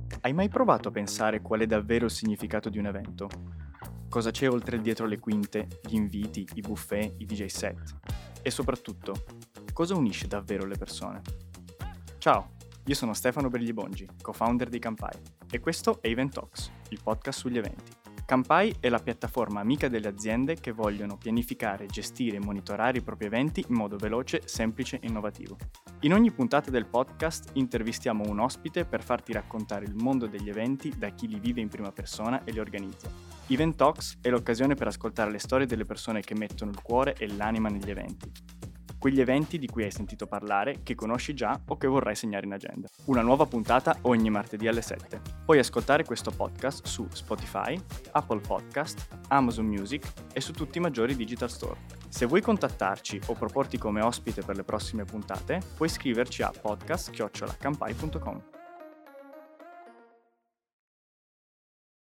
Hai mai provato a pensare qual è davvero il significato di un evento? Cosa c'è oltre il dietro le quinte, gli inviti, i buffet, i DJ set? E soprattutto, cosa unisce davvero le persone? Ciao, io sono Stefano Berglibongi, co-founder di Campai, e questo è Event Talks, il podcast sugli eventi. Campai è la piattaforma amica delle aziende che vogliono pianificare, gestire e monitorare i propri eventi in modo veloce, semplice e innovativo. In ogni puntata del podcast intervistiamo un ospite per farti raccontare il mondo degli eventi da chi li vive in prima persona e li organizza. Event Talks è l'occasione per ascoltare le storie delle persone che mettono il cuore e l'anima negli eventi. Quegli eventi di cui hai sentito parlare, che conosci già o che vorrai segnare in agenda. Una nuova puntata ogni martedì alle 7. Puoi ascoltare questo podcast su Spotify, Apple Podcast, Amazon Music e su tutti i maggiori digital store. Se vuoi contattarci o proporti come ospite per le prossime puntate, puoi scriverci a podcast@campai.com.